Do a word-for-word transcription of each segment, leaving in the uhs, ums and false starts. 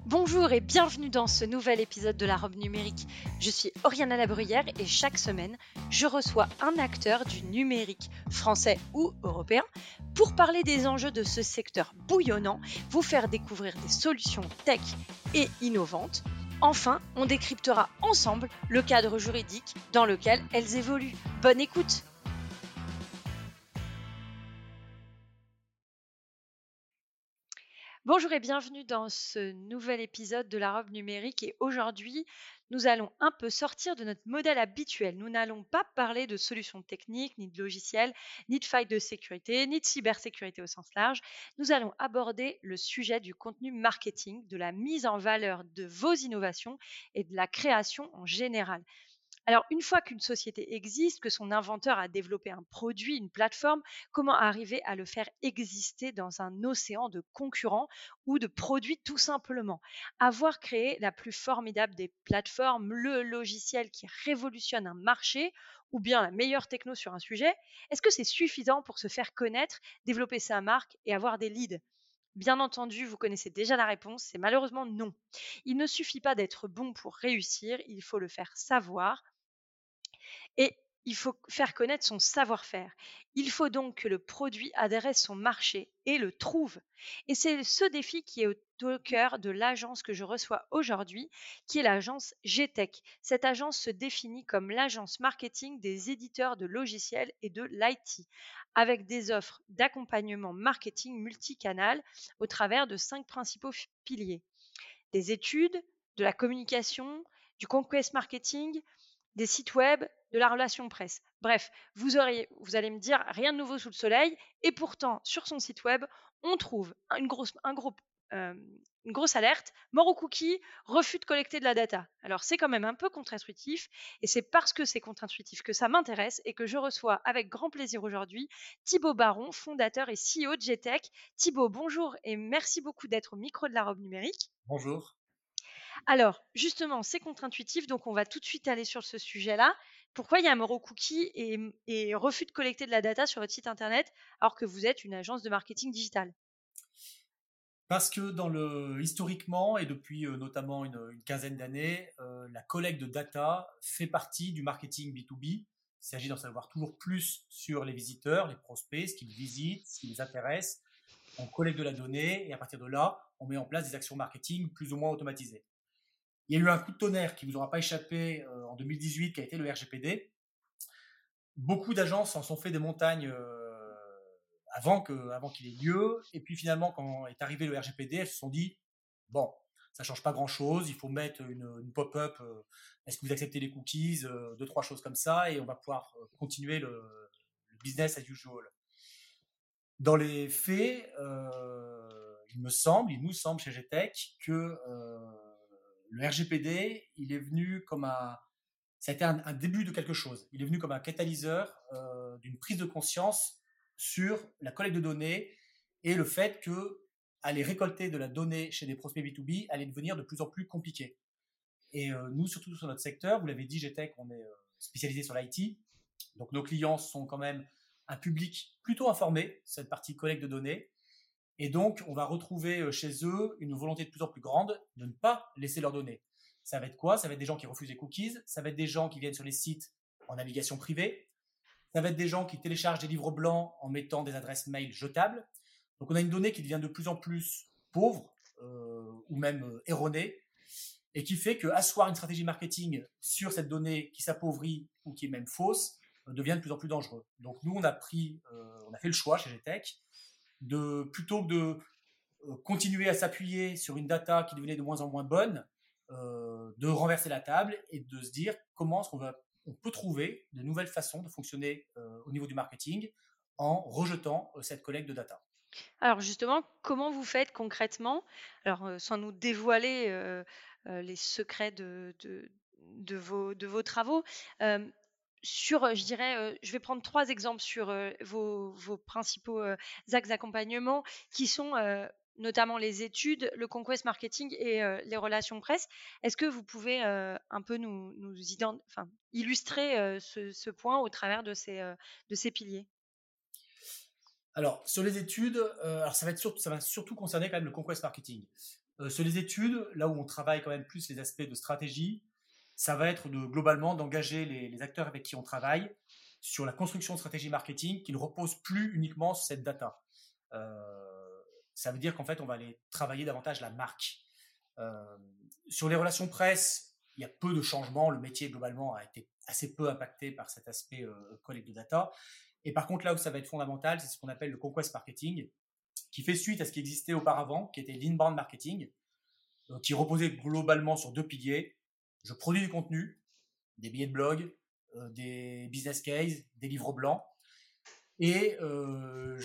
Bonjour et bienvenue dans ce nouvel épisode de la robe numérique. Je suis Oriana Labruyère et chaque semaine, je reçois un acteur du numérique, français ou européen, pour parler des enjeux de ce secteur bouillonnant, vous faire découvrir des solutions tech et innovantes. Enfin, on décryptera ensemble le cadre juridique dans lequel elles évoluent. Bonne écoute! Bonjour et bienvenue dans ce nouvel épisode de la robe numérique et aujourd'hui nous allons un peu sortir de notre modèle habituel. Nous n'allons pas parler de solutions techniques, ni de logiciels, ni de failles de sécurité, ni de cybersécurité au sens large. Nous allons aborder le sujet du contenu marketing, de la mise en valeur de vos innovations et de la création en général. Alors, une fois qu'une société existe, que son inventeur a développé un produit, une plateforme, comment arriver à le faire exister dans un océan de concurrents ou de produits tout simplement? Avoir créé la plus formidable des plateformes, le logiciel qui révolutionne un marché ou bien la meilleure techno sur un sujet, est-ce que c'est suffisant pour se faire connaître, développer sa marque et avoir des leads? Bien entendu, vous connaissez déjà la réponse, c'est malheureusement non. Il ne suffit pas d'être bon pour réussir, il faut le faire savoir, et il faut faire connaître son savoir-faire. Il faut donc que le produit adresse son marché et le trouve. Et c'est ce défi qui est au au cœur de l'agence que je reçois aujourd'hui, qui est l'agence G T E C. Cette agence se définit comme l'agence marketing des éditeurs de logiciels et de l'I T, avec des offres d'accompagnement marketing multicanal au travers de cinq principaux f- piliers: des études, de la communication, du conquest marketing, des sites web, de la relation presse. Bref, vous, auriez, vous allez me dire rien de nouveau sous le soleil. Et pourtant, sur son site web, on trouve une grosse, un gros, euh, une grosse alerte: mort aux cookies, refus de collecter de la data. Alors c'est quand même un peu contre-intuitif, et c'est parce que c'est contre-intuitif que ça m'intéresse et que je reçois avec grand plaisir aujourd'hui Thibaut Baron, fondateur et C E O de G T E C. Thibaut, bonjour et merci beaucoup d'être au micro de la robe numérique. Bonjour. Alors, justement, c'est contre-intuitif, donc on va tout de suite aller sur ce sujet-là. Pourquoi il y a un moro cookie et, et refus de collecter de la data sur votre site internet alors que vous êtes une agence de marketing digital? Parce que dans le, historiquement et depuis euh, notamment une, une quinzaine d'années, euh, la collecte de data fait partie du marketing B deux B. Il s'agit d'en savoir toujours plus sur les visiteurs, les prospects, ce qu'ils visitent, ce qui les intéresse. On collecte de la donnée et à partir de là, on met en place des actions marketing plus ou moins automatisées. Il y a eu un coup de tonnerre qui ne vous aura pas échappé euh, en deux mille dix-huit, qui a été le R G P D. Beaucoup d'agences en sont fait des montagnes euh, avant que, avant qu'il ait lieu. Et puis finalement, quand est arrivé le R G P D, elles se sont dit bon, ça change pas grand-chose. Il faut mettre une, une pop-up. euh, Est-ce que vous acceptez les cookies, euh, deux trois choses comme ça, et on va pouvoir euh, continuer le, le business as usual. Dans les faits, euh, il me semble, il nous semble chez G T E C que euh, le R G P D, il est venu comme un, ça a été un, un début de quelque chose. Il est venu comme un catalyseur euh, d'une prise de conscience sur la collecte de données et le fait que aller récolter de la donnée chez des prospects B deux B allait devenir de plus en plus compliqué. Et euh, nous, surtout sur notre secteur, vous l'avez dit, G T E C, on est euh, spécialisé sur l'I T. Donc nos clients sont quand même un public plutôt informé, cette partie collecte de données. Et donc, on va retrouver euh, chez eux une volonté de plus en plus grande de ne pas laisser leurs données. Ça va être quoi? Ça va être des gens qui refusent les cookies, ça va être des gens qui viennent sur les sites en navigation privée, ça va être des gens qui téléchargent des livres blancs en mettant des adresses mail jetables. Donc on a une donnée qui devient de plus en plus pauvre euh, ou même euh, erronée, et qui fait que asseoir une stratégie marketing sur cette donnée qui s'appauvrit ou qui est même fausse euh, devient de plus en plus dangereux. Donc nous, on a pris, euh, on a fait le choix chez G T E C de plutôt que de euh, continuer à s'appuyer sur une data qui devenait de moins en moins bonne, euh, de renverser la table et de se dire comment est-ce qu'on va, on peut trouver de nouvelles façons de fonctionner euh, au niveau du marketing en rejetant euh, cette collecte de data. Alors justement, comment vous faites concrètement? Alors, euh, sans nous dévoiler euh, euh, les secrets de, de, de vos, de vos travaux, euh, sur, euh, je dirais, euh, je vais prendre trois exemples sur euh, vos, vos principaux euh, axes d'accompagnement qui sont euh, notamment les études, le conquest marketing et euh, les relations presse. Est-ce que vous pouvez euh, un peu nous, nous ident- enfin, illustrer euh, ce, ce point au travers de ces, euh, de ces piliers? Alors sur les études, euh, alors ça va être surtout, ça va surtout concerner quand même le conquest marketing. Euh, sur les études, là où on travaille quand même plus les aspects de stratégie, ça va être de globalement d'engager les, les acteurs avec qui on travaille sur la construction de stratégie marketing qui ne repose plus uniquement sur cette data. Euh, Ça veut dire qu'en fait, on va aller travailler davantage la marque. Euh, Sur les relations presse, il y a peu de changements. Le métier, globalement, a été assez peu impacté par cet aspect euh, collecte de data. Et par contre, là où ça va être fondamental, c'est ce qu'on appelle le conquest marketing, qui fait suite à ce qui existait auparavant, qui était l'inbound marketing, euh, qui reposait globalement sur deux piliers. Je produis du contenu, des billets de blog, euh, des business cases, des livres blancs, et euh,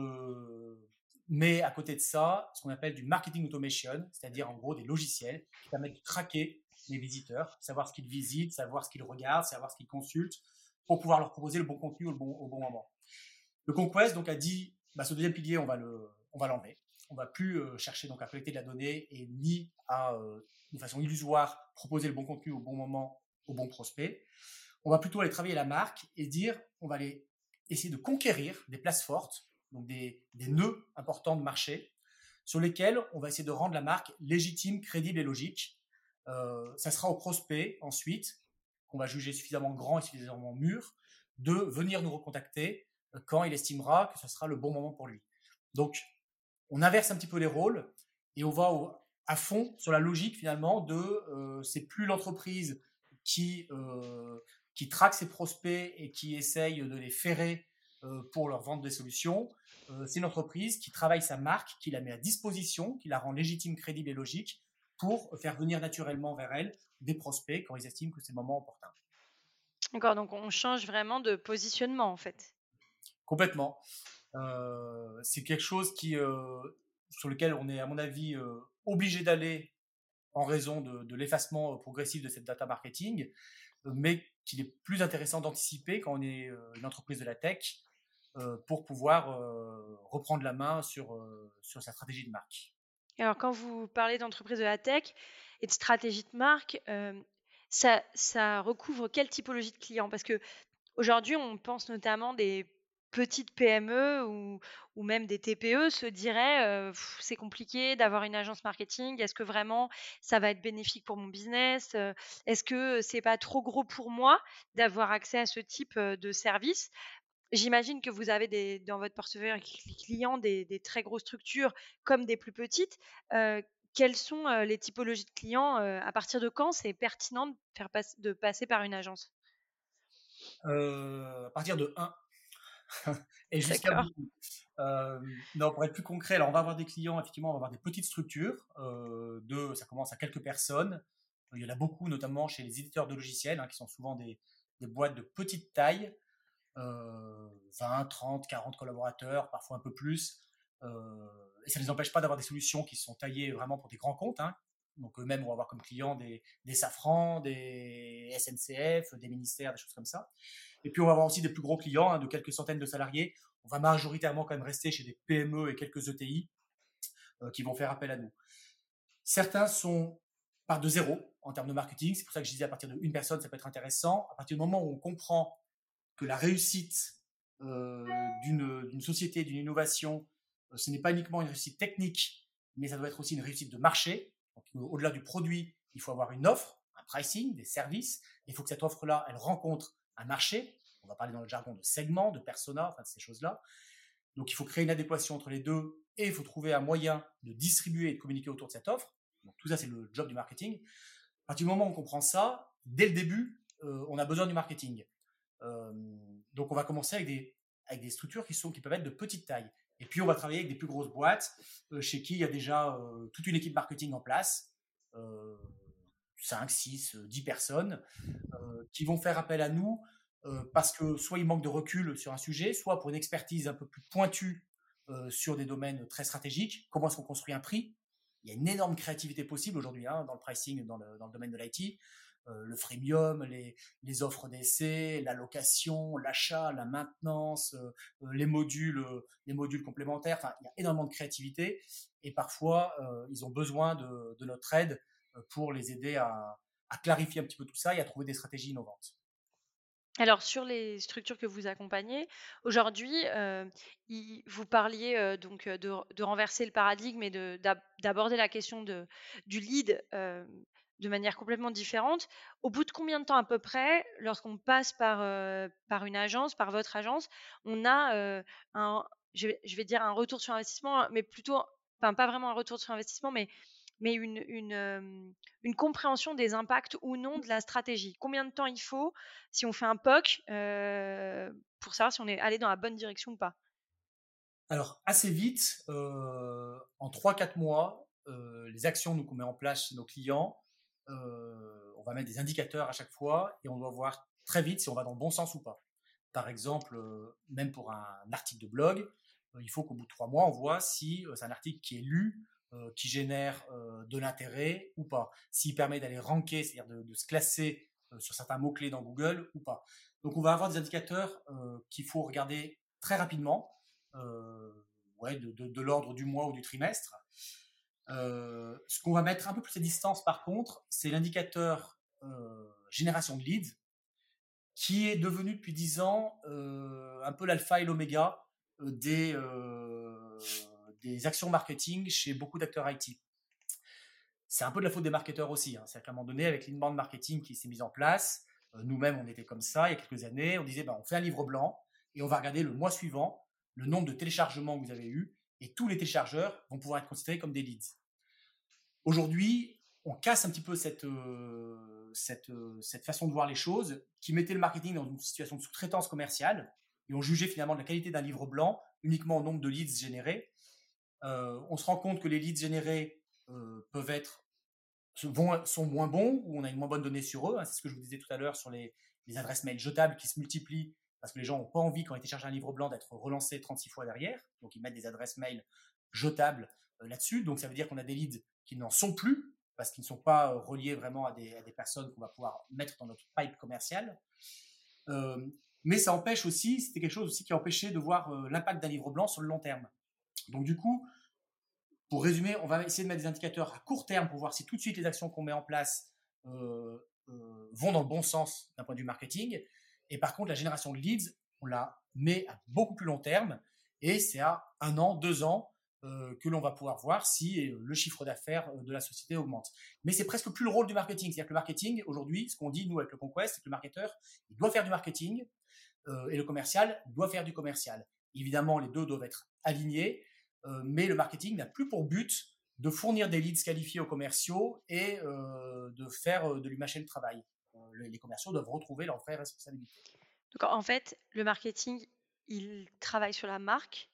je mets à côté de ça ce qu'on appelle du marketing automation, c'est-à-dire en gros des logiciels qui permettent de traquer mes visiteurs, savoir ce qu'ils visitent, savoir ce qu'ils regardent, savoir ce qu'ils consultent, pour pouvoir leur proposer le bon contenu au bon, au bon moment. Le Conquest donc a dit, bah, ce deuxième pilier, on va le, on va l'enlever. On va plus euh, chercher donc à collecter de la donnée et ni à, euh, de façon illusoire, proposer le bon contenu au bon moment au bon prospect. On va plutôt aller travailler la marque et dire, on va aller essayer de conquérir des places fortes, donc des, des nœuds importants de marché, sur lesquels on va essayer de rendre la marque légitime, crédible et logique. Euh, ça sera au prospect ensuite, qu'on va juger suffisamment grand et suffisamment mûr, de venir nous recontacter quand il estimera que ce sera le bon moment pour lui. Donc, on inverse un petit peu les rôles et on va au, à fond sur la logique finalement de euh, c'est plus l'entreprise qui, euh, qui traque ses prospects et qui essaye de les ferrer euh, pour leur vendre des solutions. Euh, c'est une entreprise qui travaille sa marque, qui la met à disposition, qui la rend légitime, crédible et logique pour faire venir naturellement vers elle des prospects quand ils estiment que c'est le moment opportun. D'accord, donc on change vraiment de positionnement en fait. Complètement. Euh, c'est quelque chose qui, euh, sur lequel on est, à mon avis, euh, obligé d'aller en raison de, de l'effacement progressif de cette data marketing, euh, mais qu'il est plus intéressant d'anticiper quand on est euh, une entreprise de la tech euh, pour pouvoir euh, reprendre la main sur, euh, sur sa stratégie de marque. Alors quand vous parlez d'entreprise de la tech et de stratégie de marque, euh, ça, ça recouvre quelle typologie de clients? Parce que aujourd'hui, on pense notamment des petites P M E ou, ou même des T P E se diraient euh, Pff, c'est compliqué d'avoir une agence marketing. Est-ce que vraiment ça va être bénéfique pour mon business? Euh, Est-ce que c'est pas trop gros pour moi d'avoir accès à ce type euh, de service? J'imagine que vous avez des, dans votre portefeuille cl- client des, des très grosses structures comme des plus petites. Euh, quelles sont euh, les typologies de clients? Euh, à partir de quand c'est pertinent de, faire passe- de passer par une agence? Euh, à partir de un et jusqu'à D'accord. beaucoup. Euh, non, pour être plus concret, alors on va avoir des clients, effectivement, on va avoir des petites structures, euh, de, ça commence à quelques personnes. Il y en a beaucoup, notamment chez les éditeurs de logiciels, hein, qui sont souvent des, des boîtes de petite taille, euh, vingt, trente, quarante collaborateurs, parfois un peu plus. Euh, et ça ne les empêche pas d'avoir des solutions qui sont taillées vraiment pour des grands comptes, hein. Donc eux-mêmes vont avoir comme clients des, des Safran, des S N C F, des ministères, des choses comme ça. Et puis on va avoir aussi des plus gros clients, hein, de quelques centaines de salariés. On va majoritairement quand même rester chez des P M E et quelques E T I euh, qui vont faire appel à nous. Certains sont par de zéro en termes de marketing. C'est pour ça que je disais à partir d'une personne, ça peut être intéressant. À partir du moment où on comprend que la réussite euh, d'une, d'une société, d'une innovation, euh, ce n'est pas uniquement une réussite technique, mais ça doit être aussi une réussite de marché. Donc, euh, au-delà du produit, il faut avoir une offre, un pricing, des services. Il faut que cette offre-là, elle rencontre un marché. On va parler dans le jargon de segment, de persona, enfin de ces choses-là. Donc il faut créer une adéquation entre les deux et il faut trouver un moyen de distribuer et de communiquer autour de cette offre. Donc tout ça, c'est le job du marketing. À partir du moment où on comprend ça, dès le début, euh, on a besoin du marketing. Euh, donc on va commencer avec des, avec des structures qui, sont, qui peuvent être de petite taille. Et puis on va travailler avec des plus grosses boîtes euh, chez qui il y a déjà euh, toute une équipe marketing en place, euh, cinq, six, dix personnes, euh, qui vont faire appel à nous euh, parce que soit ils manquent de recul sur un sujet, soit pour une expertise un peu plus pointue euh, sur des domaines très stratégiques. Comment est-ce qu'on construit un prix? Il y a une énorme créativité possible aujourd'hui, hein, dans le pricing, dans le, dans le domaine de l'I T. Euh, le freemium, les, les offres d'essai, la location, l'achat, la maintenance, euh, les modules, euh, les modules complémentaires. Enfin, il y a énormément de créativité et parfois euh, ils ont besoin de, de notre aide euh, pour les aider à, à clarifier un petit peu tout ça et à trouver des stratégies innovantes. Alors sur les structures que vous accompagnez, aujourd'hui, heu, i vous parliez, heu, donc heu, de r de renverser le paradigme et de d'ab d'aborder la question de du lead, hem, de manière complètement différente. Au bout de combien de temps à peu près, lorsqu'on passe par, heu, par une agence, par votre agence, on a, heu, un je vais je vais dire un retour sur investissement, mais plutôt enfin pas vraiment un retour sur investissement, mais mais une une, hem, une compréhension des impacts ou non de la stratégie? Combien de temps il faut si on fait un P O C, heu, pour savoir si on est allé dans la bonne direction ou pas? Alors, assez vite, euh, en trois quatre mois, euh, les actions nous, qu'on met en place chez nos clients, euh, on va mettre des indicateurs à chaque fois et on doit voir très vite si on va dans le bon sens ou pas. Par exemple, euh, même pour un, un article de blog, euh, il faut qu'au bout de trois mois, on voit si euh, c'est un article qui est lu, euh, qui génère euh, de l'intérêt ou pas, s'il permet d'aller ranker, c'est-à-dire de, de se classer euh, sur certains mots-clés dans Google ou pas. Donc, on va avoir des indicateurs euh, qu'il faut regarder très rapidement, euh, ouais, de, de, de l'ordre du mois ou du trimestre. Euh, ce qu'on va mettre un peu plus à distance, par contre, c'est l'indicateur euh, génération de leads, qui est devenu depuis dix ans euh, un peu l'alpha et l'oméga euh, des, euh, des actions marketing chez beaucoup d'acteurs I T. C'est un peu de la faute des marketeurs aussi. Hein. C'est qu'à un moment donné, avec l'inbound marketing qui s'est mis en place, euh, nous-mêmes, on était comme ça il y a quelques années. On disait, bah, on fait un livre blanc et on va regarder le mois suivant le nombre de téléchargements que vous avez eu et tous les téléchargeurs vont pouvoir être considérés comme des leads. Aujourd'hui, on casse un petit peu cette, euh, cette, euh, cette façon de voir les choses qui mettait le marketing dans une situation de sous-traitance commerciale et on jugeait finalement de la qualité d'un livre blanc uniquement au nombre de leads générés. Euh, on se rend compte que les leads générés euh, peuvent être vont, sont moins bons ou on a une moins bonne donnée sur eux. Hein, c'est ce que je vous disais tout à l'heure sur les, les adresses mail jetables qui se multiplient parce que les gens n'ont pas envie, quand ils téléchargent un livre blanc, d'être relancés trente-six fois derrière. Donc, ils mettent des adresses mail jetables euh, là-dessus. Donc, ça veut dire qu'on a des leads qui n'en sont plus parce qu'ils ne sont pas euh, reliés vraiment à des, à des personnes qu'on va pouvoir mettre dans notre pipe commercial. Euh, mais ça empêche aussi, c'était quelque chose aussi qui a empêché de voir euh, l'impact d'un livre blanc sur le long terme. Donc, du coup, pour résumer, on va essayer de mettre des indicateurs à court terme pour voir si tout de suite les actions qu'on met en place euh, euh, vont dans le bon sens d'un point de vue marketing. Et par contre, la génération de leads, on la met à beaucoup plus long terme et c'est à un an, deux ans euh, que l'on va pouvoir voir si euh, le chiffre d'affaires de la société augmente. Mais c'est presque plus le rôle du marketing. C'est-à-dire que le marketing, aujourd'hui, ce qu'on dit, nous, avec le Conquest, c'est que le marketeur, il doit faire du marketing euh, et le commercial doit faire du commercial. Évidemment, les deux doivent être alignés, euh, mais le marketing n'a plus pour but de fournir des leads qualifiés aux commerciaux et euh, de faire euh, de lui mâcher le travail. Euh, les commerciaux doivent retrouver leur vraie responsabilité. Donc en fait, le marketing, il travaille sur la marque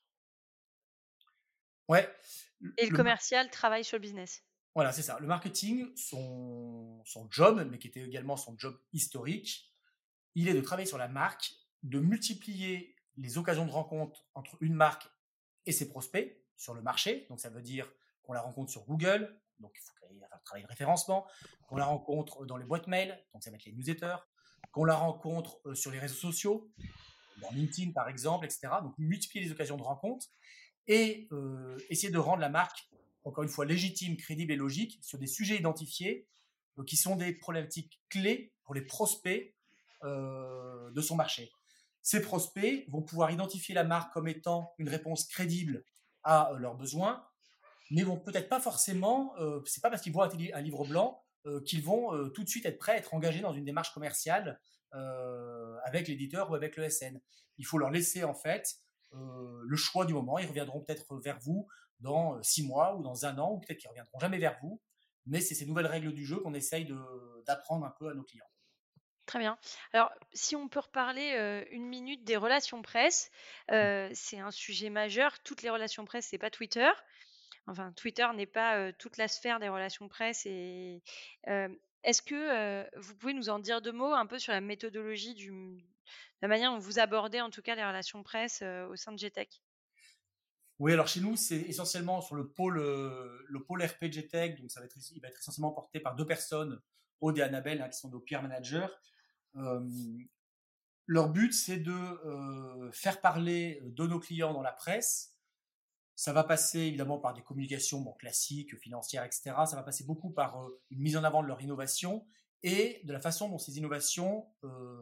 Ouais, et le le, commercial travaille sur le business. voilà, c'est ça. Le marketing, son, son job, mais qui était également son job historique, il est de travailler sur la marque, de multiplier les occasions de rencontre entre une marque et ses prospects sur le marché. Donc ça veut dire qu'on la rencontre sur Google, donc il faut qu'elle fasse travailler le référencement, qu'on la rencontre dans les boîtes mail, donc ça va être les newsletters, qu'on la rencontre euh, sur les réseaux sociaux, dans LinkedIn par exemple, et cetera. Donc multiplier les occasions de rencontre et euh, essayer de rendre la marque, encore une fois, légitime, crédible et logique sur des sujets identifiés euh, qui sont des problématiques clés pour les prospects euh, de son marché. Ces prospects vont pouvoir identifier la marque comme étant une réponse crédible à euh, leurs besoins, mais vont peut-être pas forcément, euh, c'est pas parce qu'ils voient un, un livre blanc euh, qu'ils vont euh, tout de suite être prêts à être engagés dans une démarche commerciale euh, avec l'éditeur ou avec le S N. Il faut leur laisser en fait euh, le choix du moment. Ils reviendront peut-être vers vous dans euh, six mois ou dans un an, ou peut-être qu'ils reviendront jamais vers vous. Mais c'est ces nouvelles règles du jeu qu'on essaye de, d'apprendre un peu à nos clients. Très bien. Alors, si on peut reparler euh, une minute des relations presse, euh, c'est un sujet majeur. Toutes les relations presse, c'est pas Twitter. Enfin, Twitter n'est pas euh, toute la sphère des relations presse. Et euh, est-ce que euh, vous pouvez nous en dire deux mots un peu sur la méthodologie du, la manière dont vous abordez en tout cas les relations presse euh, au sein de G T E C? Oui, alors chez nous, c'est essentiellement sur le pôle, euh, le pôle R P G Tech, donc ça va être, il va être essentiellement porté par deux personnes, Aude et Annabelle, hein, qui sont nos peer managers. Euh, Leur but, c'est de euh, faire parler de nos clients dans la presse. Ça va passer évidemment par des communications bon, classiques, financières, et cetera. Ça va passer beaucoup par euh, une mise en avant de leur innovation et de la façon dont ces innovations euh,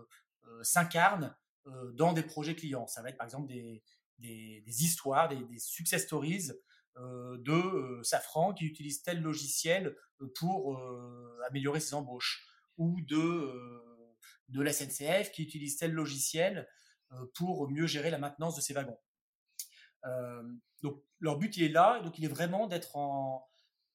euh, s'incarnent euh, dans des projets clients. Ça va être par exemple des, des, des histoires, des, des success stories euh, de euh, Safran qui utilise tel logiciel pour euh, améliorer ses embauches, ou de, euh, de la S N C F qui utilise tel logiciel euh, pour mieux gérer la maintenance de ses wagons. Euh, donc leur but il est là, donc il est vraiment d'être en,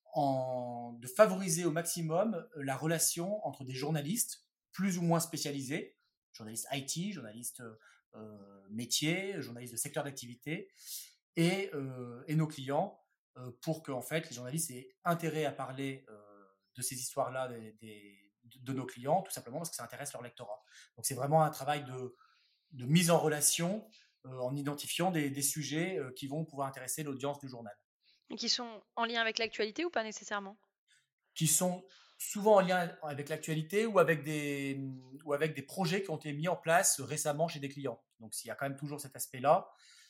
en, de favoriser au maximum la relation entre des journalistes plus ou moins spécialisés, journalistes I T, journalistes euh, métiers, journalistes de secteur d'activité, et, euh, et nos clients, euh, pour qu'en fait les journalistes aient intérêt à parler euh, de ces histoires-là des, des, de nos clients, tout simplement parce que ça intéresse leur lectorat. Donc c'est vraiment un travail de, de mise en relation euh, en identifiant des, des sujets euh, qui vont pouvoir intéresser l'audience du journal. Et qui sont en lien avec l'actualité ou pas nécessairement? Qui sont souvent en lien avec l'actualité ou avec des ou avec des projets qui ont été mis en place récemment chez des clients. Donc il y a quand même toujours cet aspect-là.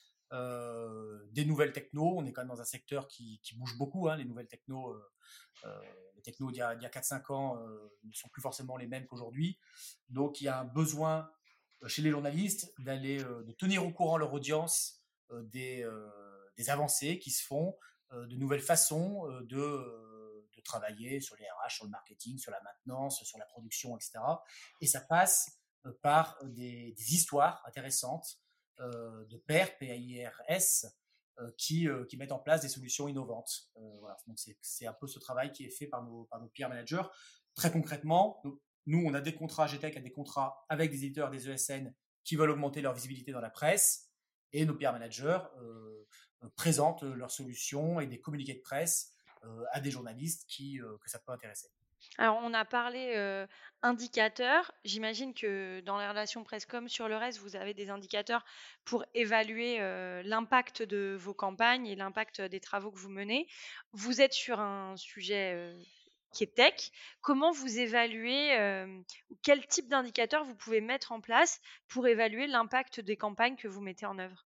Euh, des nouvelles technos, on est quand même dans un secteur qui, qui bouge beaucoup. Hein, les nouvelles technos, euh, euh, les technos d'il y a, a quatre cinq ans euh, ne sont plus forcément les mêmes qu'aujourd'hui. Donc il y a un besoin chez les journalistes d'aller euh, de tenir au courant leur audience euh, des, euh, des avancées qui se font, euh, de nouvelles façons euh, de, euh, de travailler sur les R H, sur le marketing, sur la maintenance, sur la production, et cetera. Et ça passe euh, par des, des histoires intéressantes euh, de pairs, P A I R S, euh, qui, euh, qui mettent en place des solutions innovantes. Euh, voilà. Donc c'est, c'est un peu ce travail qui est fait par nos, par nos peer managers. Très concrètement, nous, on a des contrats, G T E C a des contrats avec des éditeurs, des E S N qui veulent augmenter leur visibilité dans la presse, et nos peer managers euh, présentent leurs solutions et des communiqués de presse euh, à des journalistes qui, euh, que ça peut intéresser. Alors, on a parlé euh, indicateurs. J'imagine que dans les relations presse comme sur le reste, vous avez des indicateurs pour évaluer euh, l'impact de vos campagnes et l'impact des travaux que vous menez. Vous êtes sur un sujet euh, qui est tech. Comment vous évaluez, euh, ou quel type d'indicateur vous pouvez mettre en place pour évaluer l'impact des campagnes que vous mettez en œuvre?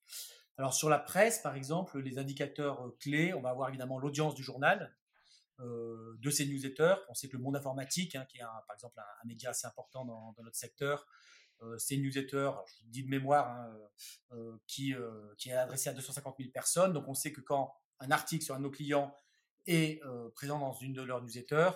Alors sur la presse, par exemple, les indicateurs euh, clés, on va avoir évidemment l'audience du journal, euh, de ces newsletters. On sait que le monde informatique, hein, qui est un, par exemple un, un média assez important dans, dans notre secteur, euh, c'est une newsletter, je dis de mémoire, hein, euh, qui, euh, qui est adressée à deux cent cinquante mille personnes. Donc on sait que quand un article sur un de nos clients est euh, présent dans une de leurs newsletters,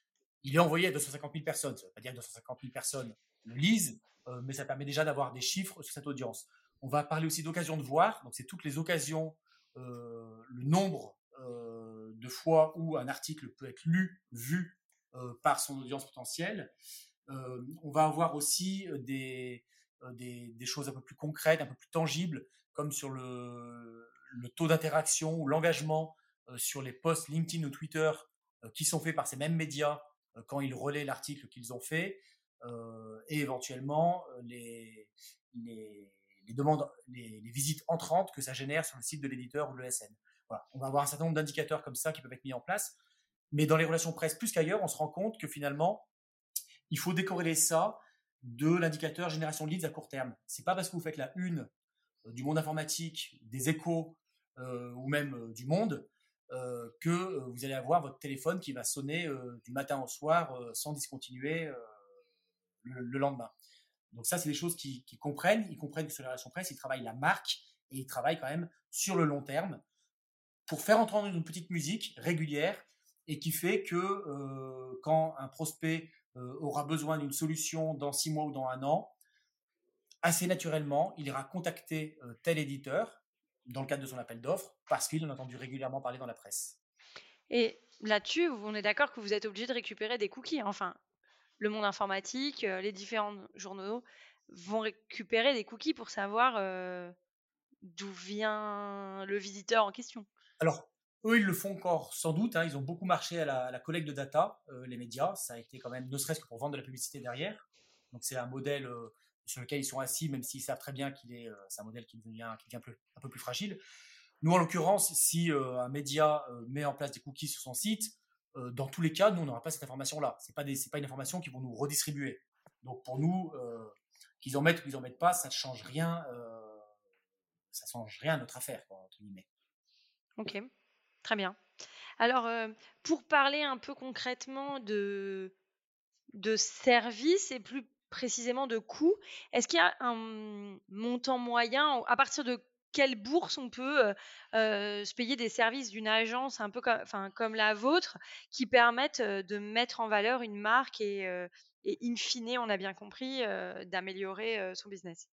il est envoyé à deux cent cinquante mille personnes. Ça ne veut pas dire que deux cent cinquante mille personnes le lisent, euh, mais ça permet déjà d'avoir des chiffres sur cette audience. On va parler aussi d'occasion de voir, donc c'est toutes les occasions, euh, le nombre euh, de fois où un article peut être lu, vu euh, par son audience potentielle. Euh, on va avoir aussi des, euh, des, des, choses un peu plus concrètes, un peu plus tangibles, comme sur le, le taux d'interaction ou l'engagement euh, sur les posts LinkedIn ou Twitter euh, qui sont faits par ces mêmes médias euh, quand ils relaient l'article qu'ils ont fait, euh, et éventuellement euh, les, les, les demandes, les, les visites entrantes que ça génère sur le site de l'éditeur ou de l'E S N. Voilà. On va avoir un certain nombre d'indicateurs comme ça qui peuvent être mis en place. Mais dans les relations presse plus qu'ailleurs, on se rend compte que finalement, il faut décorréler ça de l'indicateur génération de leads à court terme. C'est pas parce que vous faites la une euh, du monde informatique, des échos euh, ou même euh, du monde euh, que euh, vous allez avoir votre téléphone qui va sonner euh, du matin au soir euh, sans discontinuer euh, le, le, lendemain. Donc ça, c'est des choses qu'ils qui comprennent. Ils comprennent que sur les relations presse, ils travaillent la marque et ils travaillent quand même sur le long terme pour faire entendre une petite musique régulière et qui fait que euh, quand un prospect euh, aura besoin d'une solution dans six mois ou dans un an, assez naturellement, il ira contacter euh, tel éditeur dans le cadre de son appel d'offres parce qu'il en a entendu régulièrement parler dans la presse. Et là-dessus, on est d'accord que vous êtes obligé de récupérer des cookies. Enfin, le monde informatique, euh, les différents journaux vont récupérer des cookies pour savoir euh, d'où vient le visiteur en question. Alors, eux, ils le font encore sans doute. Hein, ils ont beaucoup marché à la, à la collecte de data, euh, les médias. Ça a été quand même, ne serait-ce que pour vendre de la publicité derrière. Donc, c'est un modèle euh, sur lequel ils sont assis, même s'ils savent très bien qu'il est, euh, c'est un modèle qui devient, qui devient plus, un peu plus fragile. Nous, en l'occurrence, si euh, un média euh, met en place des cookies sur son site, euh, dans tous les cas, nous, on n'aura pas cette information-là. C'est pas des, c'est pas une information qu'ils vont nous redistribuer. Donc, pour nous, euh, qu'ils en mettent ou qu'ils en mettent pas, ça ne change rien. Euh, ça change rien à notre affaire, quoi, entre guillemets. Ok, très bien. Alors, euh, pour parler un peu concrètement de, de services et plus précisément de coûts. Est-ce qu'il y a un montant moyen? À partir de quelle bourse on peut, heu heu, se payer des services d'une agence un peu comme enfin, comme la vôtre, qui permettent, heu, de mettre en valeur une marque et heu et in fine, on a bien compris, heu, d'améliorer, heu, son business?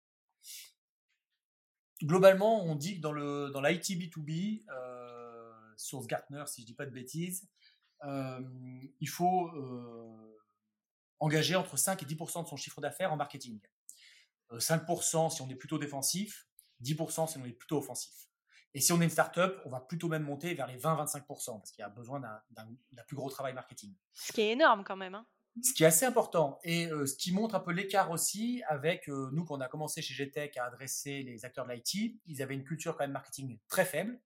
Globalement, on dit que dans le dans l'I T B deux B, euh, source Gartner, si je dis pas de bêtises, euh, il faut euh, engager entre cinq et dix pour cent de son chiffre d'affaires en marketing. Euh, cinq pour cent si on est plutôt défensif, dix pour cent si on est plutôt offensif. Et si on est une startup, on va plutôt même monter vers les vingt à vingt-cinq pour cent parce qu'il y a besoin d'un, d'un, d'un plus gros travail marketing. Ce qui est énorme quand même, hein? Ce qui est assez important et euh, ce qui montre un peu l'écart aussi avec euh, nous, quand on a commencé chez G T E C à adresser les acteurs de l'I T, ils avaient une culture quand même marketing très faible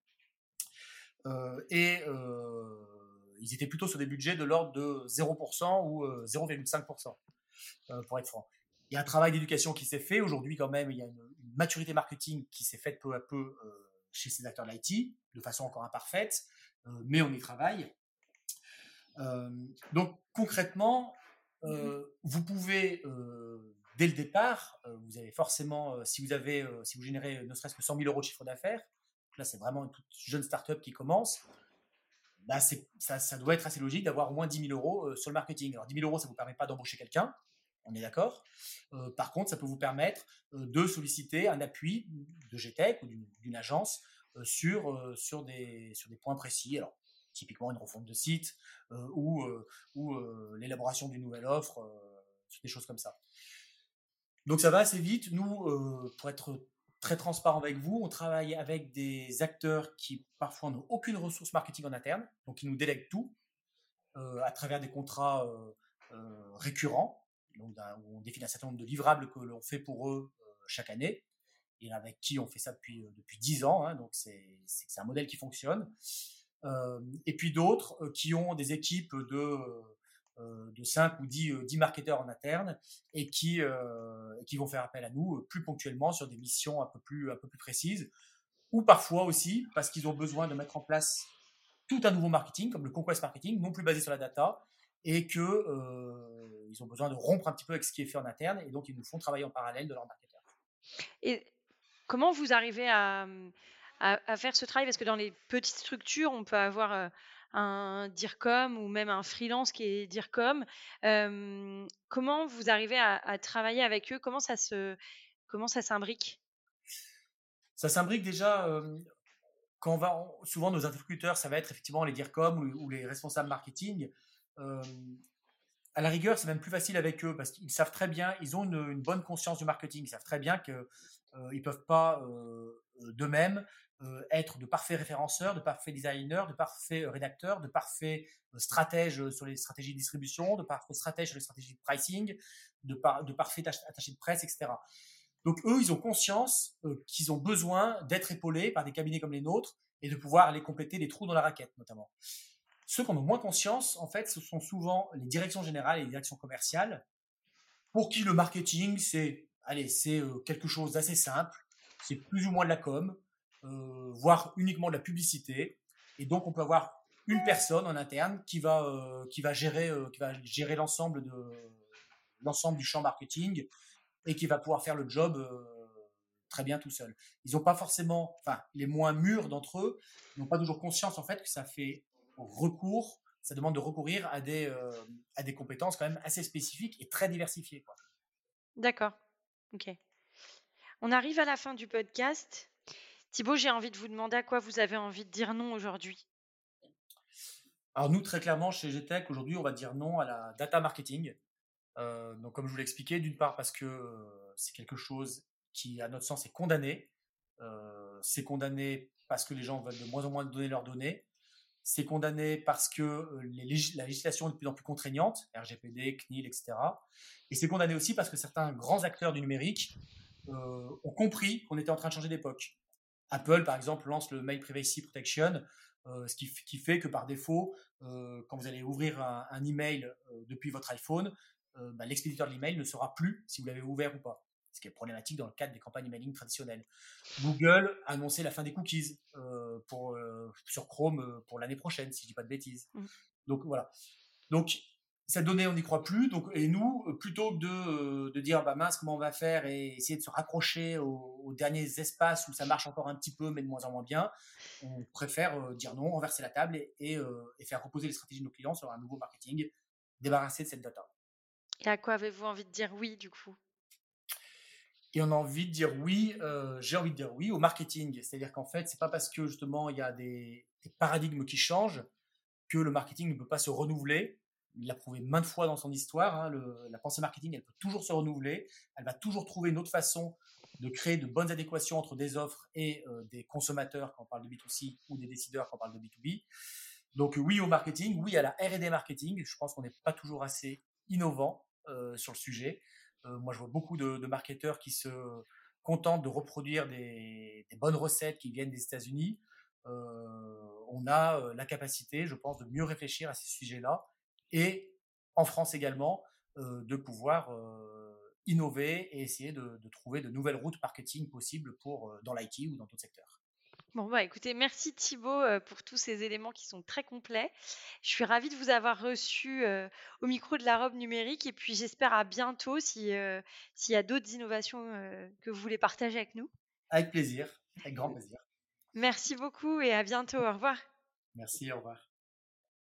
euh, et euh, ils étaient plutôt sur des budgets de l'ordre de zéro pour cent ou euh, zéro virgule cinq pour cent euh, pour être franc. Il y a un travail d'éducation qui s'est fait. Aujourd'hui, quand même, il y a une, une maturité marketing qui s'est faite peu à peu euh, chez ces acteurs de l'I T, de façon encore imparfaite, euh, mais on y travaille. Euh, donc, concrètement, euh, vous pouvez, euh, dès le départ, euh, vous avez forcément, euh, si vous avez, euh, si vous générez ne serait-ce que cent mille euros de chiffre d'affaires, là, c'est vraiment une toute jeune start-up qui commence, bah ça, ça doit être assez logique d'avoir au moins dix mille euros euh, sur le marketing. Alors, dix mille euros, ça ne vous permet pas d'embaucher quelqu'un, on est d'accord. Euh, par contre, ça peut vous permettre euh, de solliciter un appui de G T E C ou d'une, d'une agence euh, sur, euh, sur, des, sur des points précis. Alors, typiquement une refonte de site euh, ou, euh, ou euh, l'élaboration d'une nouvelle offre, euh, des choses comme ça. Donc ça va assez vite. Nous, euh, pour être très transparent avec vous, on travaille avec des acteurs qui parfois n'ont aucune ressource marketing en interne, donc qui nous délèguent tout euh, à travers des contrats euh, euh, récurrents, donc où on définit un certain nombre de livrables que l'on fait pour eux euh, chaque année, et avec qui on fait ça depuis euh, depuis dix ans, hein, donc c'est, c'est, c'est un modèle qui fonctionne. Euh, et puis d'autres euh, qui ont des équipes de euh, de cinq ou dix, euh, dix marketeurs en interne et qui, euh, qui vont faire appel à nous euh, plus ponctuellement sur des missions un peu plus, un peu plus précises, ou parfois aussi parce qu'ils ont besoin de mettre en place tout un nouveau marketing, comme le conquest marketing, non plus basé sur la data, et que euh, ils ont besoin de rompre un petit peu avec ce qui est fait en interne, et donc ils nous font travailler en parallèle de leurs marketeurs. Et comment vous arrivez à, mmh, à à faire ce travail? Parce que dans les petites structures, on peut avoir, heu, un DIRCOM ou même un freelance qui est DIRCOM. Hem, comment vous arrivez à à travailler avec eux? Comment ça se comment ça s'imbrique? Ça s'imbrique déjà, euh, quand on va, souvent nos interlocuteurs, ça va être effectivement les DIRCOM ou, ou les responsables marketing. Euh, à la rigueur, c'est même plus facile avec eux parce qu'ils savent très bien, ils ont une, une bonne conscience du marketing, ils savent très bien qu'ils euh, ne peuvent pas euh, d'eux-mêmes euh, être de parfaits référenceurs, de parfaits designers, de parfaits rédacteurs, de parfaits euh, stratèges sur les stratégies de distribution, de parfaits stratèges sur les stratégies de pricing, de, par, de parfaits attachés de presse, et cetera. Donc eux, ils ont conscience euh, qu'ils ont besoin d'être épaulés par des cabinets comme les nôtres et de pouvoir aller compléter les trous dans la raquette, notamment. Ceux qui en ont moins conscience, en fait, ce sont souvent les directions générales et les directions commerciales, pour qui le marketing, c'est, allez, c'est euh, quelque chose d'assez simple, c'est plus ou moins de la com, euh, voire uniquement de la publicité, et donc on peut avoir une personne en interne qui va euh, qui va gérer euh, qui va gérer l'ensemble de l'ensemble du champ marketing et qui va pouvoir faire le job euh, très bien tout seul. Ils n'ont pas forcément, enfin, les moins mûrs d'entre eux n'ont pas toujours conscience en fait que ça fait recours, ça demande de recourir à des, euh, à des compétences quand même assez spécifiques et très diversifiées, quoi. D'accord, OK. On arrive à la fin du podcast. Thibaut, j'ai envie de vous demander à quoi vous avez envie de dire non aujourd'hui? Alors nous, très clairement, chez G T E C, aujourd'hui, on va dire non à la data marketing. Euh, donc comme je vous l'ai expliqué, d'une part parce que euh, c'est quelque chose qui, à notre sens, est condamné. Euh, c'est condamné parce que les gens veulent de moins en moins donner leurs données. C'est condamné parce que euh, les lég- la législation est de plus en plus contraignante, R G P D, C N I L, et cetera. Et c'est condamné aussi parce que certains grands acteurs du numérique euh, ont compris qu'on était en train de changer d'époque. Apple, par exemple, lance le Mail Privacy Protection, euh, ce qui, f- qui fait que par défaut, euh, quand vous allez ouvrir un, un email euh, depuis votre iPhone, euh, bah, l'expéditeur de l'email ne saura plus si vous l'avez ouvert ou pas. Ce qui est problématique dans le cadre des campagnes emailing traditionnelles. Google a annoncé la fin des cookies euh, pour, euh, sur Chrome euh, pour l'année prochaine, si je dis pas de bêtises. Mmh. Donc voilà. Donc Cette donnée, on n'y croit plus. Donc, et nous, plutôt que de, de dire bah mince, comment on va faire et essayer de se raccrocher aux, aux derniers espaces où ça marche encore un petit peu, mais de moins en moins bien, on préfère euh, dire non, renverser la table et, et, euh, et faire reposer les stratégies de nos clients sur un nouveau marketing, débarrasser de cette data. Et à quoi avez-vous envie de dire oui, du coup? Et on a envie de dire oui, euh, j'ai envie de dire oui au marketing. C'est-à-dire qu'en fait, c'est pas parce que justement il y a des, des paradigmes qui changent que le marketing ne peut pas se renouveler. Il l'a prouvé maintes fois dans son histoire. Hein, le, la pensée marketing, elle peut toujours se renouveler. Elle va toujours trouver une autre façon de créer de bonnes adéquations entre des offres et euh, des consommateurs quand on parle de B deux C ou des décideurs quand on parle de B deux B. Donc oui au marketing, oui à la R et D marketing. Je pense qu'on n'est pas toujours assez innovant euh, sur le sujet. Euh, moi, je vois beaucoup de, de marketeurs qui se contentent de reproduire des, des bonnes recettes qui viennent des États-Unis. Euh, on a euh, la capacité, je pense, de mieux réfléchir à ces sujets-là et en France également, euh, de pouvoir euh, innover et essayer de, de trouver de nouvelles routes marketing possibles pour, euh, dans l'I T ou dans d'autres secteurs. Bon, bah écoutez, merci Thibaut euh, pour tous ces éléments qui sont très complets. Je suis ravie de vous avoir reçu euh, au micro de la robe numérique et puis j'espère à bientôt si, euh, s'il y a d'autres innovations euh, que vous voulez partager avec nous. Avec plaisir, avec grand plaisir. Merci beaucoup et à bientôt. Au revoir. Merci, au revoir.